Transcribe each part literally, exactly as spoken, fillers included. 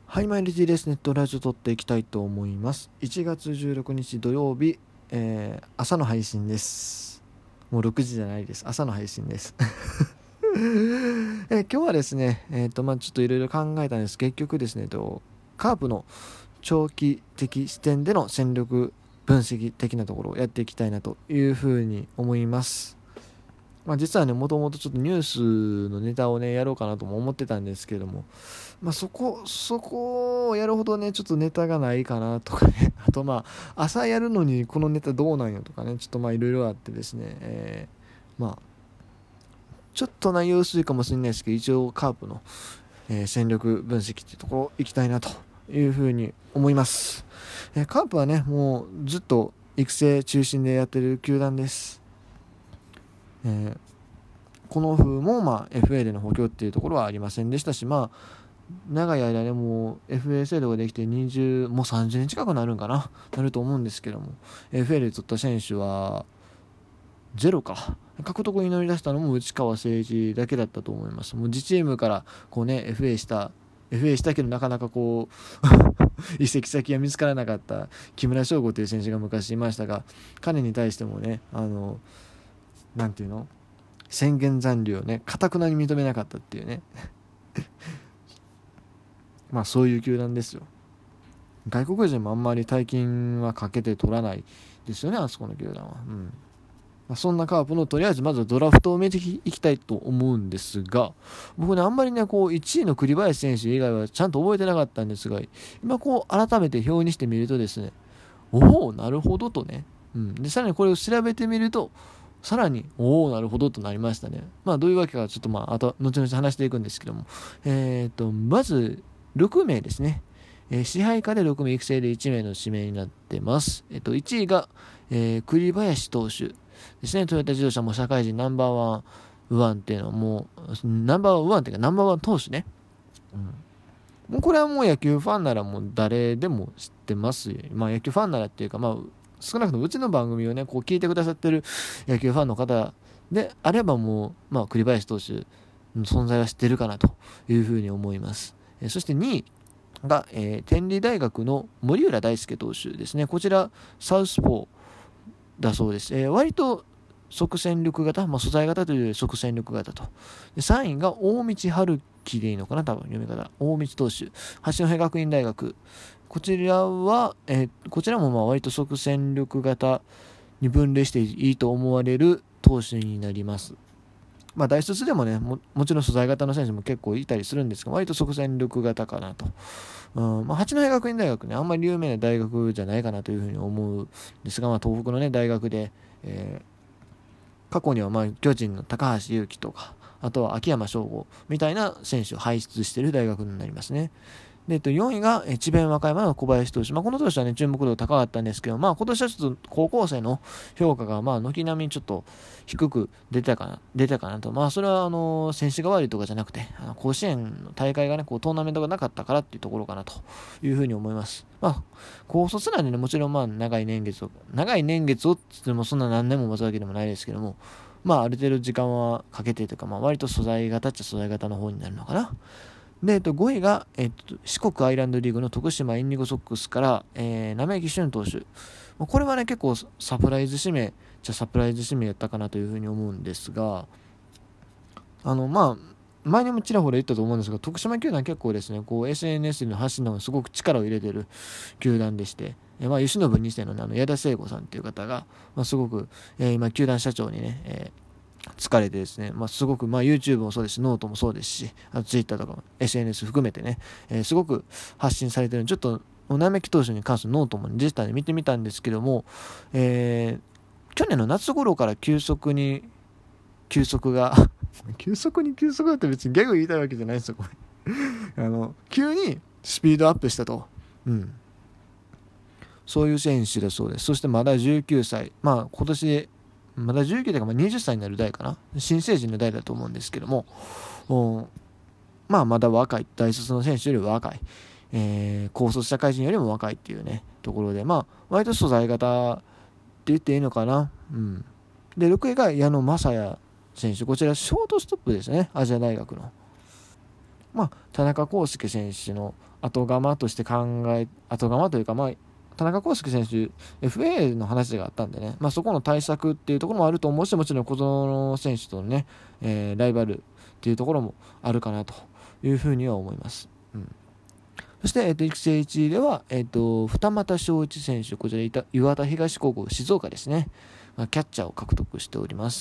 はい、マイルティです。ネットラジオ撮っていきたいと思います。いちがつじゅうろくにち土曜日、えー、朝の配信です。もうろくじじゃないです。朝の配信です。えー、今日はですね、えーとまあ、ちょっといろいろ考えたんです。結局ですね、とカープの長期的視点での戦力分析的なところをやっていきたいなというふうに思います。まあ、実はね、もともとちょっとニュースのネタをね、やろうかなとも思ってたんですけども、まあ、そこ、そこをやるほどね、ちょっとネタがないかなとかね、あとまあ、朝やるのにこのネタどうなんよとかね、ちょっとまあいろいろあってですね、えー、まあ、ちょっと内容薄いかもしれないですけど、一応カープの、えー戦力分析っていうところ行きたいなというふうに思います。えーカープはね、もうずっと育成中心でやってる球団です。えーこの冬もまあ エフエー での補強っていうところはありませんでしたし、まあ長い間ね、もう エフエー 制度ができてにじゅうもうさんじゅうねん近くなるんかななると思うんですけども、 エフエー で取った選手はゼロか。獲得に乗り出したのも内川誠一だけだったと思います。もう自チームからこうね エフエー した エフエー したけどなかなかこう移籍先が見つからなかった木村翔吾という選手が昔いましたが、彼に対してもね、あのなんていうの、宣言残留をね堅くなに認めなかったっていうねまあそういう球団ですよ。外国人もあんまり大金はかけて取らないですよね、あそこの球団は。うん。まあ、そんなカープのとりあえずまずはドラフトを埋めていきたいと思うんですが、僕ね、あんまりね、こういちいの栗林選手以外はちゃんと覚えてなかったんですが、今こう改めて表にしてみるとですね、おお、なるほどとね。うん。で、さらにこれを調べてみると、さらに、おお、なるほどとなりましたね。まあ、どういうわけか、ちょっとまあ、あと、後々話していくんですけども。えっと、まず、ろくめいですね。えー支配下でろくめい、育成でいちめいの指名になってます。えっと、いちいが、えー栗林投手ですね。トヨタ自動車も社会人ナンバーワン、ウワンっていうのはもう、ナンバーワンウワンっていうかナンバーワン投手ね。うん。もうこれはもう野球ファンならもう誰でも知ってますよ。まあ野球ファンならっていうか、まあ少なくともうちの番組をね、こう聞いてくださってる野球ファンの方であればもう、まあ栗林投手の存在は知ってるかなというふうに思います。えーそしてにいが、えー天理大学の森浦大輔投手ですね。こちらサウスポーだそうです。えー割と即戦力型、まあ、素材型というより即戦力型と。でさんいが大道春樹でいいのかな、多分読み方。大道投手、八戸学院大学。こちらは、えーこちらもまあ割と即戦力型に分類していいと思われる投手になります。まあ、大卒でもねも、もちろん素材型の選手も結構いたりするんですが、割と即戦力型かなと。うんまあ、八戸学院大学ね、あんまり有名な大学じゃないかなというふうに思うんですが、まあ、東北のね、大学で、えー過去にはまあ巨人の高橋優貴とか、あとは秋山翔吾みたいな選手を輩出している大学になりますね。で、えっと、よんいが智弁和歌山の小林投手。まあ、この投手はね、注目度高かったんですけど、まあ、今年はちょっと高校生の評価が、まあ、軒並みちょっと低く出たかな、出たかなと。まあ、それは、あの、選手が悪いとかじゃなくて、あの甲子園の大会がね、こう、トーナメントがなかったからっていうところかなというふうに思います。まあ、高卒なんでね、もちろん、まあ、長い年月を、長い年月をって言っても、そんな何年も待つわけでもないですけども、まあ、ある程度時間はかけてというか、まあ、割と素材型っちゃ素材型の方になるのかな。で、えっと、ごいが、えっと、四国アイランドリーグの徳島インディゴソックスから、えー、滑木俊投手。これはね、結構サプライズ指名、じゃサプライズ指名やったかなというふうに思うんですが、あの、まあ、前にもちらほら言ったと思うんですが、徳島球団結構ですね、こう エスエヌエス の発信の方にすごく力を入れてる球団でして、えーまあ、吉信にせいの、ね、あの矢田聖子さんっていう方が、まあ、すごく、えー今、球団社長にね、えー疲れてですね、まあ、すごく、まあ、YouTube もそうですし、ノートもそうですし、あと Twitter とか エスエヌエス 含めてね、えーすごく発信されてるので、ちょっと、並木投手に関するノートもデジタルで見てみたんですけども、えー去年の夏頃から急速に、急速が、急速に急速だって別にギャグ言いたいわけじゃないですよ、これ。あの、急にスピードアップしたと。うん。そういう選手だそうです。そしてまだじゅうきゅうさい。まあ、今年、まだじゅうきゅうだからまあはたちになる代かな。新成人の代だと思うんですけども、まあ、まだ若い。大卒の選手より若い。えー、高卒社会人よりも若いっていうね、ところで、まあ、割と素材型って言っていいのかな。うん。で、ろくいが矢野雅也選手。こちら、ショートストップですね。アジア大学の。 まあ、田中康介選手の後釜として考え後釜というか、まあ、田中康介選手 エフエー の話があったんでね、まあ、そこの対策っていうところもあると思うし、もちろん小園選手とのね、えー、ライバルっていうところもあるかなというふうには思います。うん、そして、えー、と育成いちいでは、えー、と二俣翔一選手、こちら岩田東高校静岡ですね、まあ、キャッチャーを獲得しております。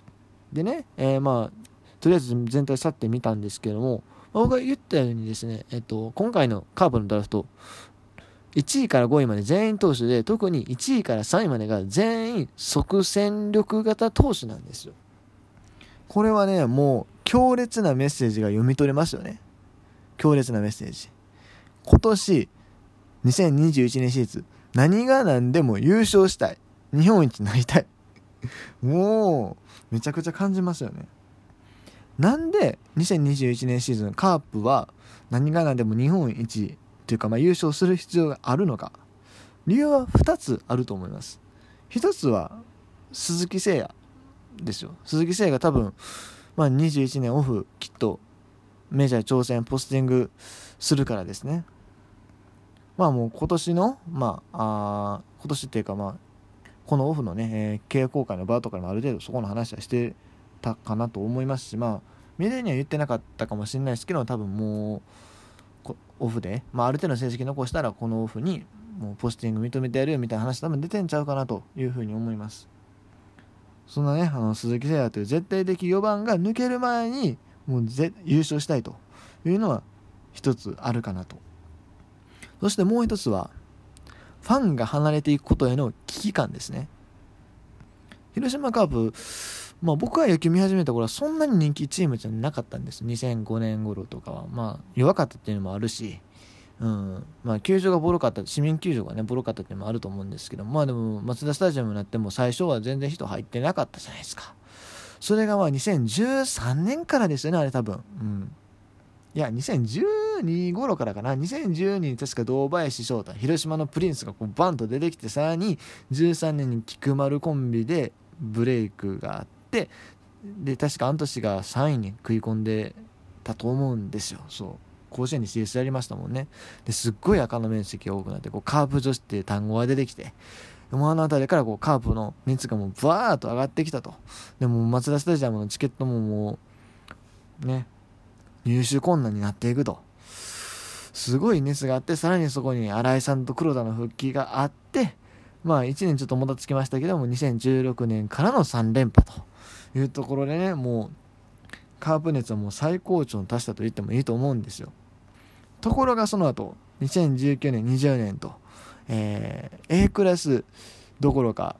でね、えー、まあとりあえず全体去ってみたんですけども、まあ、僕が言ったようにですね、えー、と今回のカープのドラフトいちいからごいまで全員投手で、特にいちいからさんいまでが全員即戦力型投手なんですよ。これはね、もう強烈なメッセージが読み取れますよね。強烈なメッセージ。今年にせんにじゅういちねんシーズン、何が何でも優勝したい、日本一になりたいもうめちゃくちゃ感じますよね。なんでにせんにじゅういちねんシーズンカープは何が何でも日本一というか、まあ優勝する必要があるのか。理由はふたつあると思います。ひとつは鈴木誠也ですよ。鈴木誠也が多分、まあ、にじゅういちねんオフきっとメジャー挑戦ポスティングするからですね。まあもう今年のまあ、あ今年っていうかまあこのオフのね、えー、契約更改の場とかでもある程度そこの話はしてたかなと思いますし、まあメディアには言ってなかったかもしれないですけど、多分もうオフで、まあ、ある程度の成績残したらこのオフにもうポスティング認めてやるよみたいな話多分出てんちゃうかなというふうに思います。そんなね、あの鈴木誠也という絶対的よばんが抜ける前にもうぜ優勝したいというのは一つあるかなと。そしてもう一つはファンが離れていくことへの危機感ですね。広島カープ、まあ、僕が野球見始めた頃はそんなに人気チームじゃなかったんです。にせんごねん頃とかはまあ弱かったっていうのもあるし、うんまあ、球場がボロかった、市民球場がねボロかったっていうのもあると思うんですけど、まあでもマツダスタジアムになっても最初は全然人入ってなかったじゃないですか。それがまあにせんじゅうさんねんからですよね、あれ多分。うん。いや、にせんじゅうに頃からかな。にせんじゅうにに確か堂林翔太、広島のプリンスがこうバンと出てきて、さらにじゅうさんねんに菊丸コンビでブレイクがあって、で、確かあの年がさんいに食い込んでたと思うんですよ。そう。甲子園に シーエス やりましたもんね。ですっごい赤の面積が多くなって、こうカープ女子っていう単語が出てきて、もうあの辺りからこうカープの熱がもうバーッと上がってきたと。でもマツダスタジアムのチケットももうね、入手困難になっていくと。すごい熱があって、さらにそこに新井さんと黒田の復帰があって、まあいちねんちょっともたつきましたけども、にせんじゅうろくねんからのさん連覇というところでね、もうカープ熱はもう最高潮に達したと言ってもいいと思うんですよ。ところがその後にせんじゅうきゅうねんにじゅうねんと、えー、A クラスどころか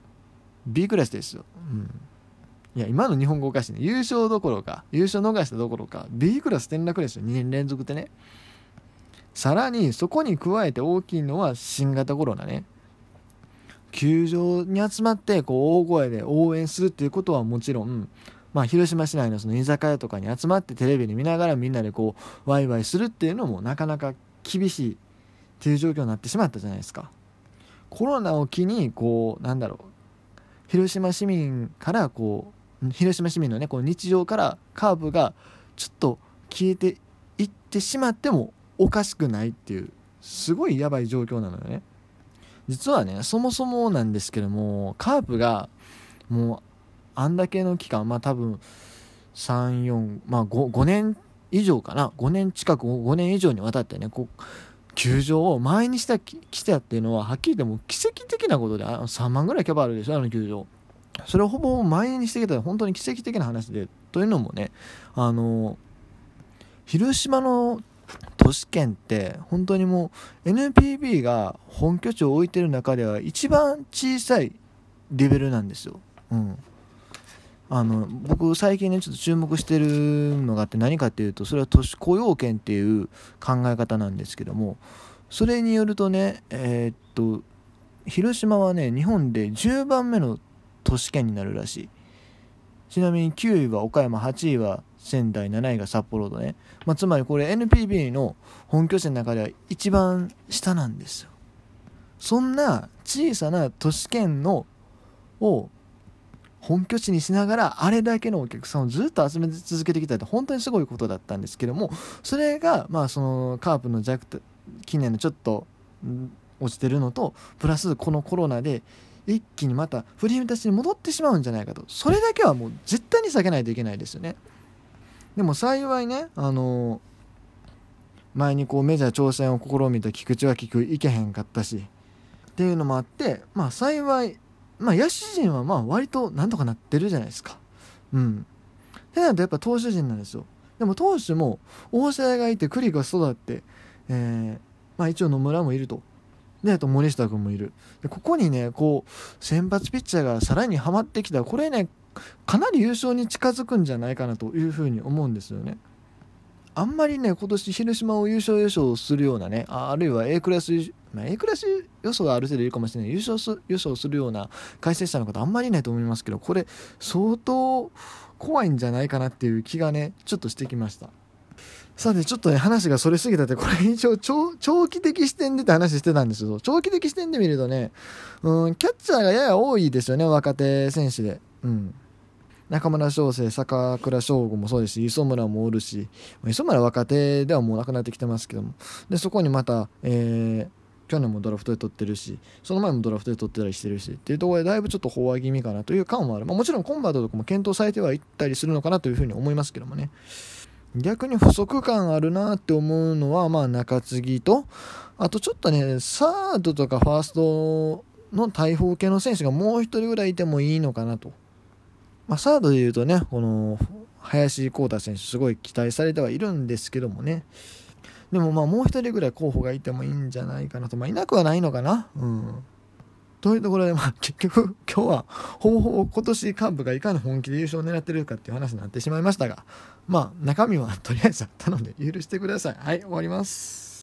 B クラスですよ。うんいや今の日本語おかしいね。優勝どころか優勝逃したどころか B クラス転落ですよ。にねん連続でね。さらにそこに加えて大きいのは新型コロナね。球場に集まってこう大声で応援するっていうことはもちろん、まあ、広島市内のその居酒屋とかに集まってテレビで見ながらみんなでこうワイワイするっていうのもなかなか厳しいっていう状況になってしまったじゃないですか。コロナを機にこうなんだろう、広島市民からこう広島市民のねこう日常からカープがちょっと消えていってしまってもおかしくないっていうすごいやばい状況なのよね。実はねそもそもなんですけども、カープがもうあんだけの期間、まあ多分さん、よん、まあ 5, 5年以上かな、ごねん近くごねん以上にわたってねこう球場を前にしたきたっていうのははっきり言っても奇跡的なことで、あさんまんぐらいキャパあるでしょあの球場。それをほぼ前にしてきたら本当に奇跡的な話で、というのもね、あの広島の都市圏って本当にもう エヌピービー が本拠地を置いてる中では一番小さいレベルなんですよ。うん。あの僕最近ねちょっと注目してるのがあって、何かっていうとそれは都市雇用圏っていう考え方なんですけども、それによるとねえー、っと広島はね日本でじゅうばんめの都市圏になるらしい。ちなみにきゅういは岡山、はちいは仙台、なないが札幌とね、まあ、つまりこれ エヌピービー の本拠地の中では一番下なんですよ。そんな小さな都市圏のを本拠地にしながらあれだけのお客さんをずっと集め続けてきたって本当にすごいことだったんですけども、それがまあそのカープの弱近年のちょっと落ちてるのとプラスこのコロナで一気にまた振り乱しに戻ってしまうんじゃないかと、それだけはもう絶対に避けないといけないですよね。でも幸いね、あの前にこうメジャー挑戦を試みた菊池は結局いけへんかったしっていうのもあって、まあ幸い、まあ野手陣はまあ割となんとかなってるじゃないですか。うんってなるとやっぱ投手陣なんですよ。でも投手も大瀬がいて栗が育って、えー、まあ一応野村もいると、であと森下君もいる。でここにねこう先発ピッチャーがさらにはまってきたら、これねかなり優勝に近づくんじゃないかなというふうに思うんですよね。あんまりね今年広島を優勝優勝するようなね、 あ, あるいは A クラス、まあ、A クラス予想がある程度いるかもしれない、優勝す優勝するような解説者の方あんまりいないと思いますけど、これ相当怖いんじゃないかなっていう気がねちょっとしてきました。さてちょっとね話がそれすぎたって、これ一応 長, 長期的視点でって話してたんですけど、長期的視点で見るとね、うんキャッチャーがやや多いですよね、若手選手で。うん中村翔成、坂倉翔吾もそうですし、磯村もおるし、磯村若手ではもうなくなってきてますけども、でそこにまた、えー、去年もドラフトで取ってるし、その前もドラフトで取ってたりしてるしっていうところでだいぶちょっと飽和気味かなという感もある。まあ、もちろんコンバートとかも検討されてはいったりするのかなというふうに思いますけどもね。逆に不足感あるなって思うのは、まあ中継ぎと、あとちょっとねサードとかファーストの大砲系の選手がもう一人ぐらいいてもいいのかなと。まあ、サードでいうとね、この林光太選手すごい期待されてはいるんですけどもね、でもまあもう一人ぐらい候補がいてもいいんじゃないかなと、まあいなくはないのかな。うんというところで、まあ結局今日はほぼほぼ今年カープがいかに本気で優勝を狙ってるかっていう話になってしまいましたが、まあ中身はとりあえずあったので許してください。はい、終わります。